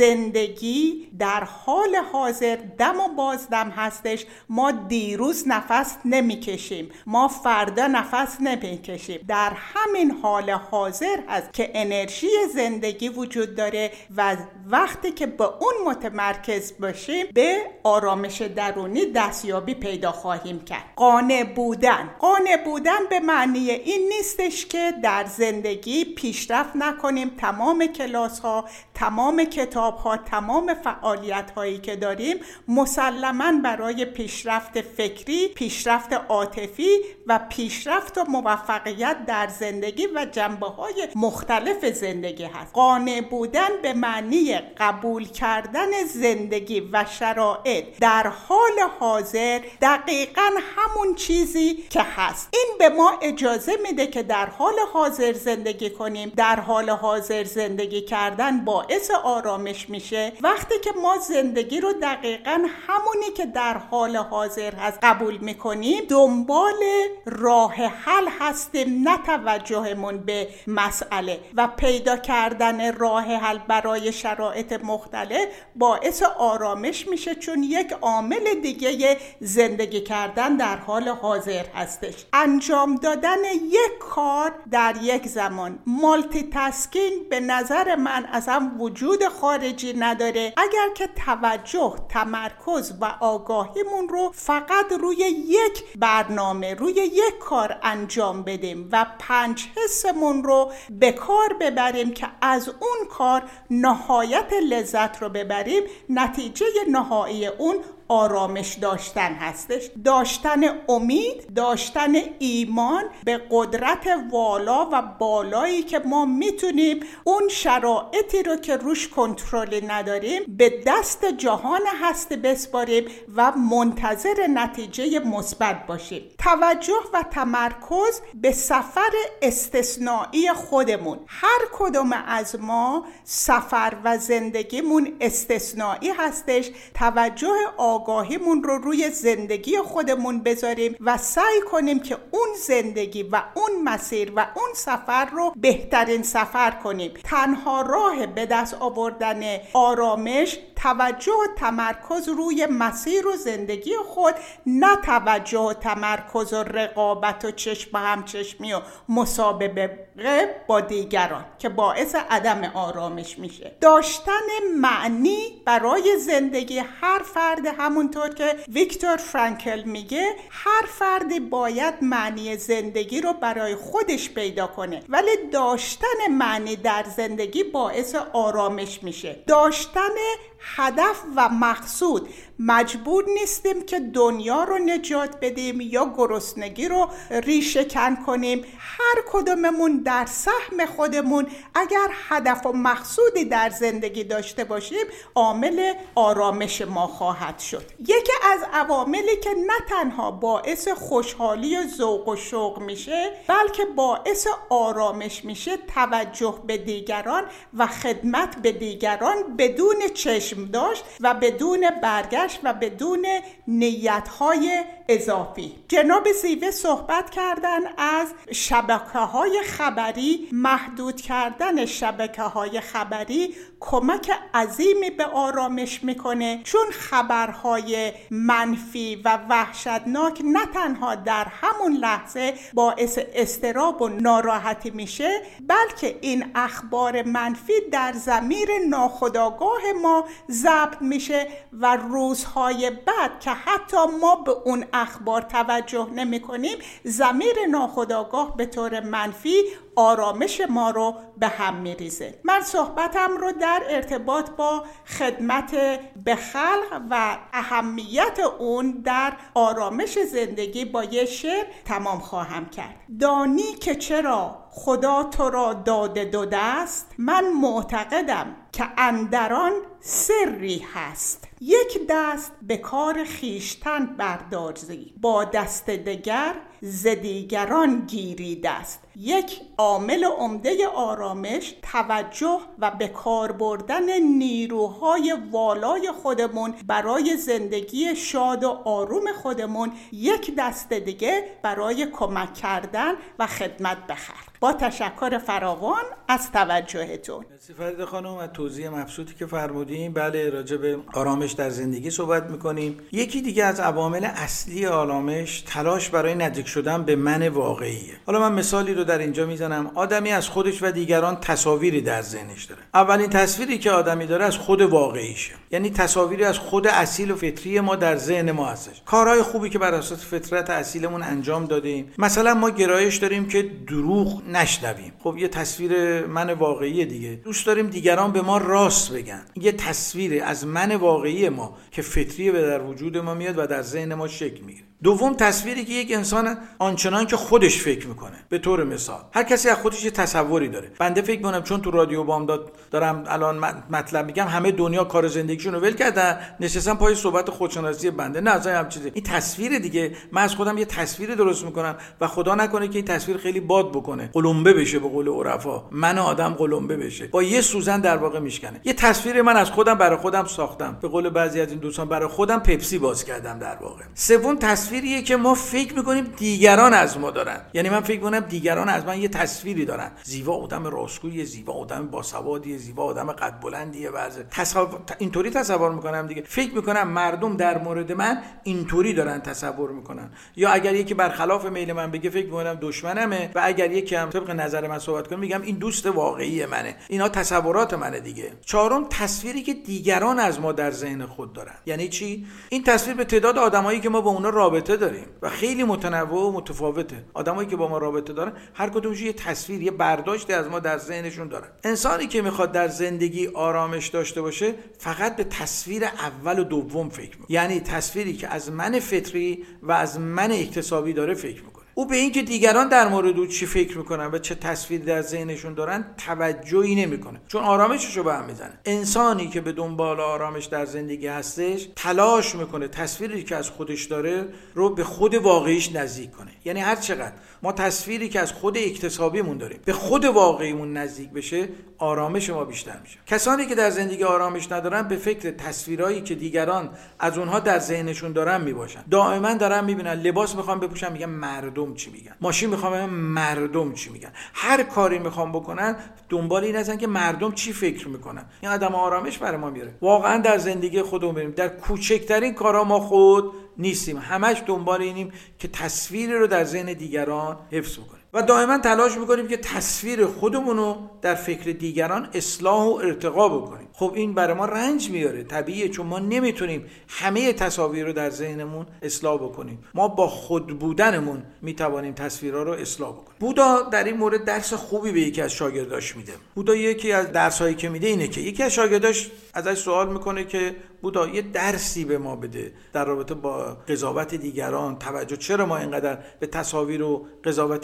زندگی در حال حاضر دم و بازدم هستش. ما دیروز نفس نمیکشیم، ما فردا نفس نمیکشیم. در همین حال حاضر هست که انرژی زندگی وجود داره و وقتی که به اون متمرکز باشیم به آرامش درونی دستیابی پیدا خواهیم کرد. قانع بودن قانع بودن به معنی این نیستش که در زندگی پیشرفت نکنیم، تمام کلاس ها، تمام کتاب ها، تمام فعالیت هایی که داریم مسلماً برای پیشرفت فکری، پیشرفت عاطفی و پیشرفت و موفقیت در زندگی و جنبه های مختلف زندگی هست. قانع بودن به معنی قبول کردن زندگی و شرایط در حال حاضر دقیقاً همون چیزی که هست. این به ما اجازه میده که در حال حاضر زندگی کنیم. در حال حاضر زندگی کردن باعث آرامش میشه وقتی که ما زندگی رو دقیقاً همونی که در حال حاضر هست قبول میکنیم، دنبال راه حل هستیم، نه توجهمون به مسئله. و پیدا کردن راه حل برای شرایط مختلف باعث آرامش میشه، چون یک عامل دیگه زندگی کردن در حال حاضر هستش. انجام دادن یک کار در یک زمان، مالتی تاسکینگ به نظر من اصلا وجود خارجی نداره اگر که توجه، تمرکز و آگاهیمون رو فقط روی یک برنامه، روی یک کار انجام بدیم و پنج حسمون رو به کار ببریم که از اون کار نهایت لذت رو ببریم. نتیجه نهایی اون آرامش داشتن هستش. داشتن امید، داشتن ایمان به قدرت والا و بالایی که ما میتونیم اون شرایطی رو که روش کنترلی نداریم به دست جهان هستی بسپاریم و منتظر نتیجه مثبت باشیم. توجه و تمرکز به سفر استثنایی خودمون. هر کدوم از ما سفر و زندگیمون استثنایی هستش. توجه آگاهیمون رو روی زندگی خودمون بذاریم و سعی کنیم که اون زندگی و اون مسیر و اون سفر رو بهترین سفر کنیم. تنها راه به دست آوردن آرامش توجه و تمرکز روی مسیر و زندگی خود، نه توجه و تمرکز و رقابت و چشم همچشمی و مسابقه با دیگران که باعث عدم آرامش میشه. داشتن معنی برای زندگی هر فرد، همونطور که ویکتور فرانکل میگه، هر فردی باید معنی زندگی رو برای خودش پیدا کنه، ولی داشتن معنی در زندگی باعث آرامش میشه. داشتن هدف و مقصود. مجبور نیستیم که دنیا رو نجات بدیم یا گرسنگی رو ریشه کن کنیم. هر کدوممون در سهم خودمون اگر هدف و مقصودی در زندگی داشته باشیم، عامل آرامش ما خواهد شد. یکی از عواملی که نه تنها باعث خوشحالی و ذوق و شوق میشه، بلکه باعث آرامش میشه، توجه به دیگران و خدمت به دیگران بدون چشم داشت و بدون برگشت و بدون نیت‌های اضافی. جناب زیوه صحبت کردن از شبکه‌های خبری. محدود کردن شبکه‌های خبری کمک عظیمی به آرامش میکنه، چون خبرهای منفی و وحشتناک نه تنها در همون لحظه باعث اضطراب و ناراحتی میشه، بلکه این اخبار منفی در ضمیر ناخودآگاه ما ضبط میشه و روزهای بعد که حتی ما به اون اخبار توجه نمی کنیم، ضمیر ناخودآگاه به طور منفی آرامش ما رو به هم میریزه. من صحبتم رو در ارتباط با خدمت به خلق و اهمیت اون در آرامش زندگی با یه شعر تمام خواهم کرد. دانی که چرا خدا تو را داده دو دست، من معتقدم که اندران سری هست. یک دست به کار خیشتن بردارزی، با دست دگر ز دیگران گیری دست. یک عامل عمده آرامش توجه و به کار بردن نیروهای والای خودمون برای زندگی شاد و آروم خودمون، یک دست دیگه برای کمک کردن و خدمت به خلق. با تشکر فراوان از توجهتون. مرسی فرید خانم از توضیح مبسوطی که فرمودین. بله، راجع به آرامش در زندگی صحبت میکنیم. یکی دیگه از عوامل اصلی آرامش تلاش برای نزدیک شدن به من واقعیه. حالا من مثالی رو در اینجا میزنم. آدمی از خودش و دیگران تصاویری در ذهنش داره. اولین تصویری که آدمی داره از خود واقعیشه، یعنی تصاویری از خود اصیل و فطری ما در ذهن ما هستش. کارهای خوبی که بر اساس فطرت اصیلمون انجام دادیم. مثلا ما گرایش داریم که دروغ نشنویم. خب یه تصویر من واقعی دیگه. دوست داریم دیگران به ما راست بگن. یه تصویر از من واقعی ما که فطری به در وجود ما میاد و در ذهن ما شکل میگیره. دوم، تصویری که یک انسان آنچنان که خودش فکر میکنه. به طور مثال هر کسی از خودش یه تصوری داره. بنده فکر میکنم چون تو رادیو بامداد دارم الان مطلب میگم، همه دنیا کار زندگیشون رو ول کردن، نشستن پای صحبت خودشناسی بنده. نه، از هم چیزی. این تصویر دیگه. من از خودم یه تصویر درست میکنم و خدا نکنه که این تصویر خیلی باد بکنه، قلمبه بشه، به قول عرفا من آدم قلمبه بشه، با یه سوزن در واقع میشکنه. یه تصویر من از خودم برای خودم ساختم، به قول بعضی از این دوستان برای خودم پپسی باز کردم در واقع. سوم، تصویریه که ما فکر میکنیم دیگران از ما دارن. یعنی من فکر میکنم دیگران از من یه تصویری دارن. زیبا آدم راستگویی، زیبا آدم باسوادیه، زیبا آدم قد بلندیه. بعضی تصور اینطوری تصور میکنم دیگه. فکر میکنم مردم در مورد من اینطوری دارن تصور میکنن. یا اگر یکی برخلاف میل من بگه، فکر میکنم دشمنمه، و اگر یکی هم طبق نظر من صحبت کنه، میگم این دوست واقعی منه. اینا تصورات منه دیگه. چهارم، تصویری که دیگران از ما در ذهن خود دارن. یعنی چی؟ این تصویر به تعداد آدمایی که ما با اونا رابطه داریم و خیلی متنوع و متفاوته. آدمایی که با ما رابطه دارن هر کدومش یه تصویر، یه برداشتی از ما در ذهنشون دارن. انسانی که میخواد در زندگی آرامش داشته باشه فقط به تصویر اول و دوم فکر میکنه، یعنی تصویری که از من فطری و از من اکتسابی داره فکر میکنه. او به این که دیگران در مورد او چی فکر میکنن و چه تصویری در ذهنشون دارن توجهی نمیکنه، چون آرامششو به هم میزنه. انسانی که به دنبال آرامش در زندگی هستش تلاش میکنه تصویری که از خودش داره رو به خود واقعیش نزدیک کنه. یعنی هر چقدر ما تصویری که از خود اکتسابیمون داریم به خود واقعیمون نزدیک بشه، آرامش ما بیشتر میشه. کسانی که در زندگی آرامش ندارن به فکر تصویرایی که دیگران از اونها در ذهنشون دارن میباشن. دائما دارن میبینن لباس میخوام بپوشن، میگن مردم چی میگن. ماشین میخوام ببینم مردم چی میگن. هر کاری میخوام بکنن دنبال این هستن که مردم چی فکر میکنن. این آدم آرامش برای ما میاره. واقعا در زندگی خودمون بریم در کوچکترین کارا ما خود نیستیم، همش دنبال اینیم که تصویری رو در ذهن دیگران حفظ کنیم و دائما تلاش میکنیم که تصویر خودمون رو در فکر دیگران اصلاح و ارتقا بکنیم. خب این برای ما رنج میاره، طبیعیه، چون ما نمیتونیم همه تصاویر رو در ذهنمون اصلاح بکنیم. ما با خود بودنمون میتوانیم تصویرها رو اصلاح بکنیم. بودا در این مورد درس خوبی به یکی از شاگرداش میده. بودا یکی از درسایی که میده اینه که یکی از شاگرداش ازش سوال میکنه که بودا یه درسی به ما بده در رابطه با قضاوت دیگران، توجه چرا ما اینقدر به تصاویر و قضاوت دیگران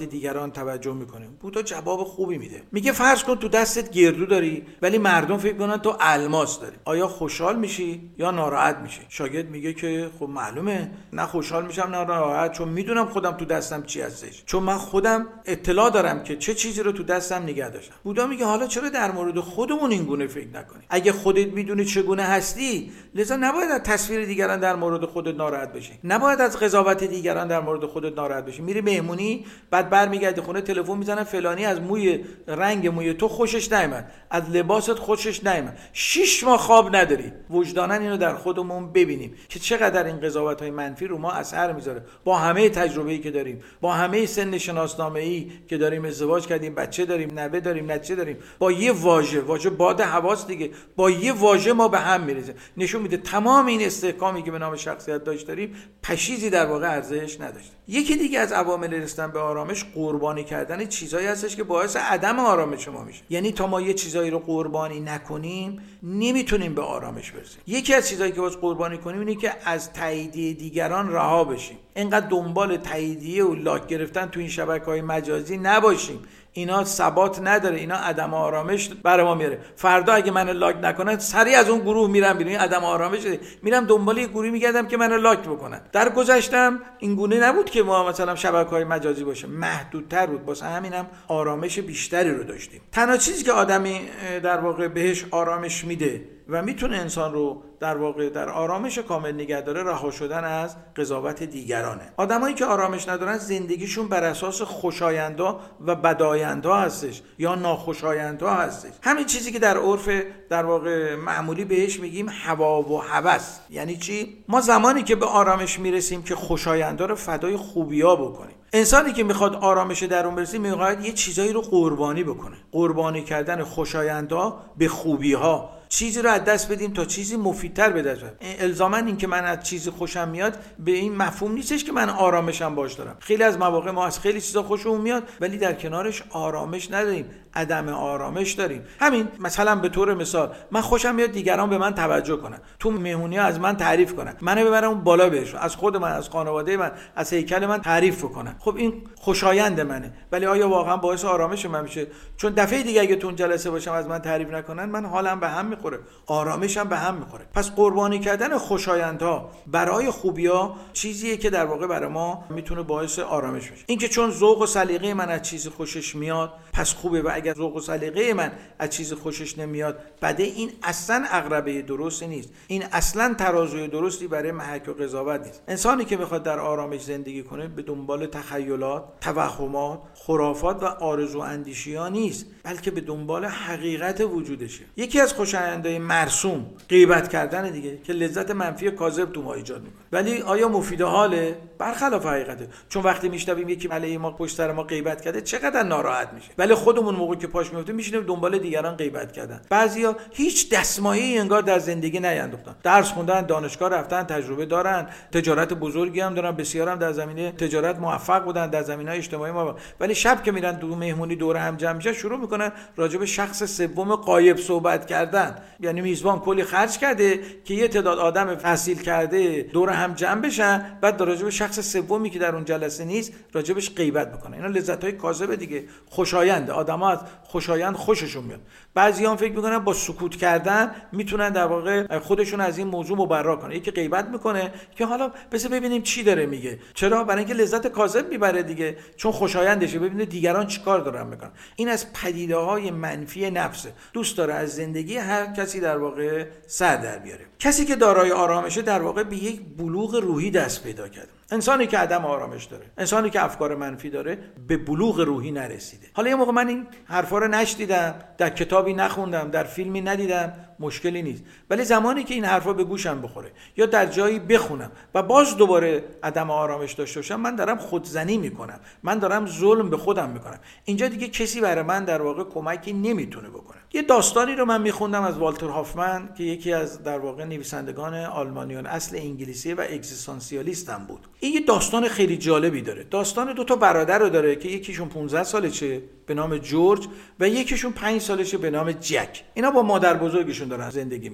جان توجه میکنه. بودا جواب خوبی میده، میگه فرض کن تو دستت گردو داری ولی مردم فکر کنن تو الماس داری، آیا خوشحال میشی یا ناراحت میشی؟ شاگرد میگه که خب معلومه نه خوشحال میشم نه ناراحت، چون میدونم خودم تو دستم چی هستش، چون من خودم اطلاع دارم که چه چیزی رو تو دستم نگه داشتم. بودا میگه حالا چرا در مورد خودمون این گونه فکر نکنی؟ اگه خودت میدونی چگونه هستی، لذا نباید از تصویر دیگران در مورد خودت ناراحت بشی، نباید از قضاوت دیگران در مورد خودت ناراحت بشی. میری مهمونی، بعد برمیگردی خونه تلفن میزنن فلانی از موی رنگ موی تو خوشش نیامد، از لباست خوشش نیامد، شش ماه خواب نداری. وجداناً اینو در خودمون ببینیم که چقدر این قضاوت‌های منفی رو ما اثر میذاره. با همه تجربه‌ای که داریم، با همه سن شناسنامه‌ای که داریم، ازدواج کردیم، بچه داریم، نوه داریم، نچه داریم، با یه واژه، واژه باد حواس دیگه، با یه واژه ما به هم میریزه. نشون میده تمام این استحکامی که به نام شخصیت داشت داریم پشیزی در واقع ارزش نداشت. یکی دیگه از عوامل رسیدن به آرامش قربانی کردن چیزایی هستش که باعث عدم آرامش ما میشه. یعنی تا ما یه چیزایی رو قربانی نکنیم نمیتونیم به آرامش برسیم. یکی از چیزایی که باید قربانی کنیم اینه که از تاییدیه دیگران رها بشیم. اینقدر دنبال تاییدیه و لایک گرفتن تو این شبکه‌های مجازی نباشیم. اینا ثبات نداره، اینا عدم آرامش برای ما میاره. فردا اگه منو لاک نکنن سریع از اون گروه میرم بیرون، عدم آرامش ده. میرم دنبال یه گروهی میگردم که منو لاک بکنن. در گذشتم این گونه نبود که ما مثلا شبکه‌های مجازی باشه، محدودتر بود، واسه همینم آرامش بیشتری رو داشتیم. تنها چیزی که آدمی در واقع بهش آرامش میده و میتونه انسان رو در واقع در آرامش کامل نگه داره رها شدن از قضاوت دیگرانه. آدمایی که آرامش ندارن زندگیشون بر اساس خوشایندها و بدایندها هستش یا ناخوشایندها هستش. همین چیزی که در عرف در واقع معمولی بهش میگیم هوا و هوس. یعنی چی؟ ما زمانی که به آرامش میرسیم که خوشایندها رو فدای خوبی‌ها بکنیم. انسانی که میخواد آرامش درون برسه میخواد یه چیزایی رو قربانی بکنه. قربانی کردن خوشایندها به خوبی‌ها. چیزی رو از دست بدیم تا چیزی مفیدتر به دست بیاریم. الزاما این که من از چیزی خوشم میاد به این مفهوم نیستش که من آرامشم باش دارم. خیلی از مواقع ما از خیلی چیزا خوشمون میاد ولی در کنارش آرامش نداریم، عدم آرامش داریم. همین مثلا به طور مثال من خوشم میاد دیگران به من توجه کنن، تو مهمونی‌ها از من تعریف کنن، منو ببرن اون بالا بهشون، از خود من، از خانواده من، از هیکل من تعریف کنن. خب این خوشایند منه، ولی آیا واقعا باعث آرامش من میشه؟ چون دفعه دیگه اگه تو اون جلسه باشم از من تعریف نکنن من حالم به هم میخوره، آرامشم به هم میخوره. پس قربانی کردن خوشایندها برای خوبی‌ها چیزیه که در واقع برای ما میتونه باعث آرامش بشه. اینکه چون ذوق و سلیقه من از چیزی خوشش میاد پس خوبه و اگر ذوق و سلیقه من از چیزی خوشش نمیاد بده، این اصلا عقربه درستی نیست. این اصلا ترازوی درستی برای محک و قضاوت نیست. انسانی که میخواد در آرامش زندگی کنه به دنبال تخیلات، توهمات، خرافات و آرزو اندیشی‌ها نیست، بلکه به دنبال حقیقت وجودشه. یکی از خوشایندهای مرسوم غیبت کردن دیگه که لذت منفی کاذب تو ما ایجاد میکنه. ولی آیا مفید حاله؟ برخلاف حقیقته. چون وقتی میشنویم یکی علیه ما پشت سر ما غیبت کرده چقدر ناراحت میشه، ولی خودمون موقعی که پاش میفته میشینیم دنبال دیگران غیبت کردن. بعضیا هیچ دستمایه‌ای انگار در زندگی نینداختن، درس خوندن، دانشگاه رفتن، تجربه دارن، تجارت بزرگی هم دارن، بسیارم در زمینه تجارت موفق بودن، در زمینه‌های اجتماعی ما، ولی شب که میرن دو مهمونی دور هم جمع میشن شروع میکنن راجع به شخص سوم غایب صحبت کردن. یعنی میزبان کلی خرج کرده که یه تعداد آدم تحصیل کرده دور هم جمع بشن، بعد راجع به شخص سومی که در اون جلسه نیست راجبش غیبت بکنن. اینا لذت‌های کاذب دیگه، خوشایند. آدم‌ها از خوشایند خوششون میاد. بعضی‌ها فکر میکنن با سکوت کردن میتونن در واقع خودشون از این موضوع مبرا کنن. یکی غیبت میکنه که حالا بس ببینیم چی داره میگه. چرا؟ برای اینکه لذت کاذب میبره دیگه، چون خوشایندشه، ببینه دیگران چیکار دارن میکنن. این از پدیده‌های منفی نفسه. دوست داره از زندگی هر کسی در واقع سر در بیاره. کسی که دارای آرامشه در واقع به یک بلوغ روحی دست پیدا کرده. انسانی که عدم آرامش داره، انسانی که افکار منفی داره، به بلوغ روحی نرسیده. حالا یه موقع من این حرفا رو نشنیدم، در کتابی نخوندم، در فیلمی ندیدم، مشکلی نیست. ولی زمانی که این حرفا به گوشم بخوره یا در جایی بخونم و باز دوباره عدم آرامش داشته باشم، من دارم خودزنی میکنم، من دارم ظلم به خودم میکنم. اینجا دیگه کسی برای من در واقع کمکی نمیتونه بکنه. یه داستانی رو من میخوندم از والتر هافمن که یکی از در واقع نویسندگان آلمانیان اصل انگلیسی و اگزیستانسیالیست هم بود. این یه داستان خیلی جالبی داره. داستان دو تا برادر رو داره که یکیشون پانزده سالشه به نام جورج و یکیشون پنج سالشه به نام جک. اینا با مادر بزرگشون دارن زندگی میکنن.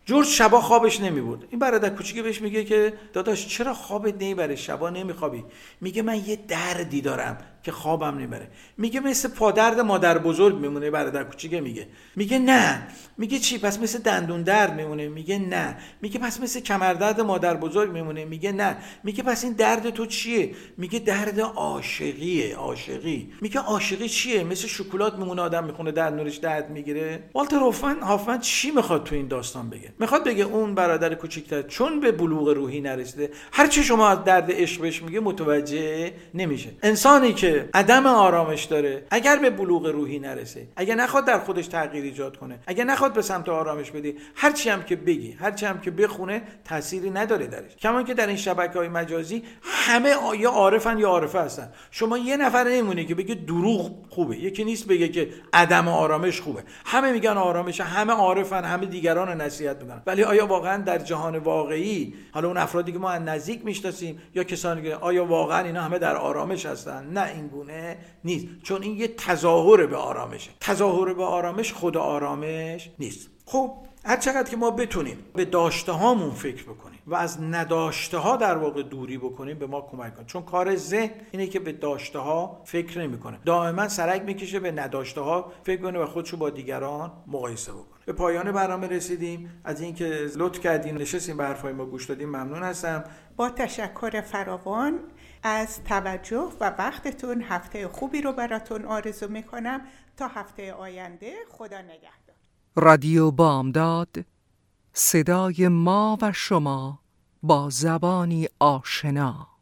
جورج شبا خوابش نمیبرد. این برادر کوچیک بهش میگه که داداش چرا خوابت نمیبره، شبا نمیخوابی؟ میگه من یه دردی دارم که خوابم نمیبره. میگه مثل پادرد مادر بزرگ میمونه. برادر کوچیک میگه میگه نه. میگه چی؟ پس مثل دندون درد میمونه؟ میگه نه. میگه پس مثل کمردرد مادر بزرگ میمونه؟ میگه نه. میگه پس این درد تو چیه؟ میگه درد عاشقیه. عاشقی. میگه عاشقی چیه؟ مثل شکلات میمونه آدم میخونه دندونش درد میگیره؟ والتر هافمن هافمن چی میخواد تو این داستان بگه؟ میخواد بگه اون برادر کوچیک‌تر چون به بلوغ روحی نرسیده، هر چی شما از درد عشق بهش میگه متوجه نمیشه. انسانی که عدم آرامش داره اگر به بلوغ روحی نرسه، اگر نخواد در خودش تغییر ایجاد کنه، اگر نخواد به سمت آرامش بده، هر چی هم که بگی، هر چی هم که بخونه تأثیری نداره درش. کما که در این شبکه‌های مجازی همه یا عارفن یا عارفه هستن. شما یه نفر نمیمونه که بگه دروغ خوبه، یکی نیست بگه که عدم آرامش خوبه. همه میگن آرامش، همه عارفن، همه دیگران رو نصیحت میکنن. ولی آیا واقعا در جهان واقعی، حالا اون افرادی که ما از نزدیک میشناسیم یا کسانی که آیا واقعا اینا همه در آرامش هستن؟ نه، این گونه نیست. چون این یه تظاهر به آرامشه. تظاهر به آرامش خود آرامش نیست. خب هر چقدر که ما بتونیم به داشته هامون فکر بکنیم و از نداشته ها در واقع دوری بکنیم به ما کمک کنه. چون کار ذهن اینه که به داشته ها فکر نمیکنه، دائما سرک میکشه به نداشته ها فکر کنه و خودشو با دیگران مقایسه بکنه. به پایان برنامه رسیدیم. از اینکه لطف کردین نشستین به حرفای ما گوش دادین ممنون هستم. با تشکر فراوان از توجه و وقتتون هفته خوبی رو براتون آرزو میکنم. تا هفته آینده، خدا نگهدار. رادیو بامداد، صدای ما و شما با زبانی آشنا.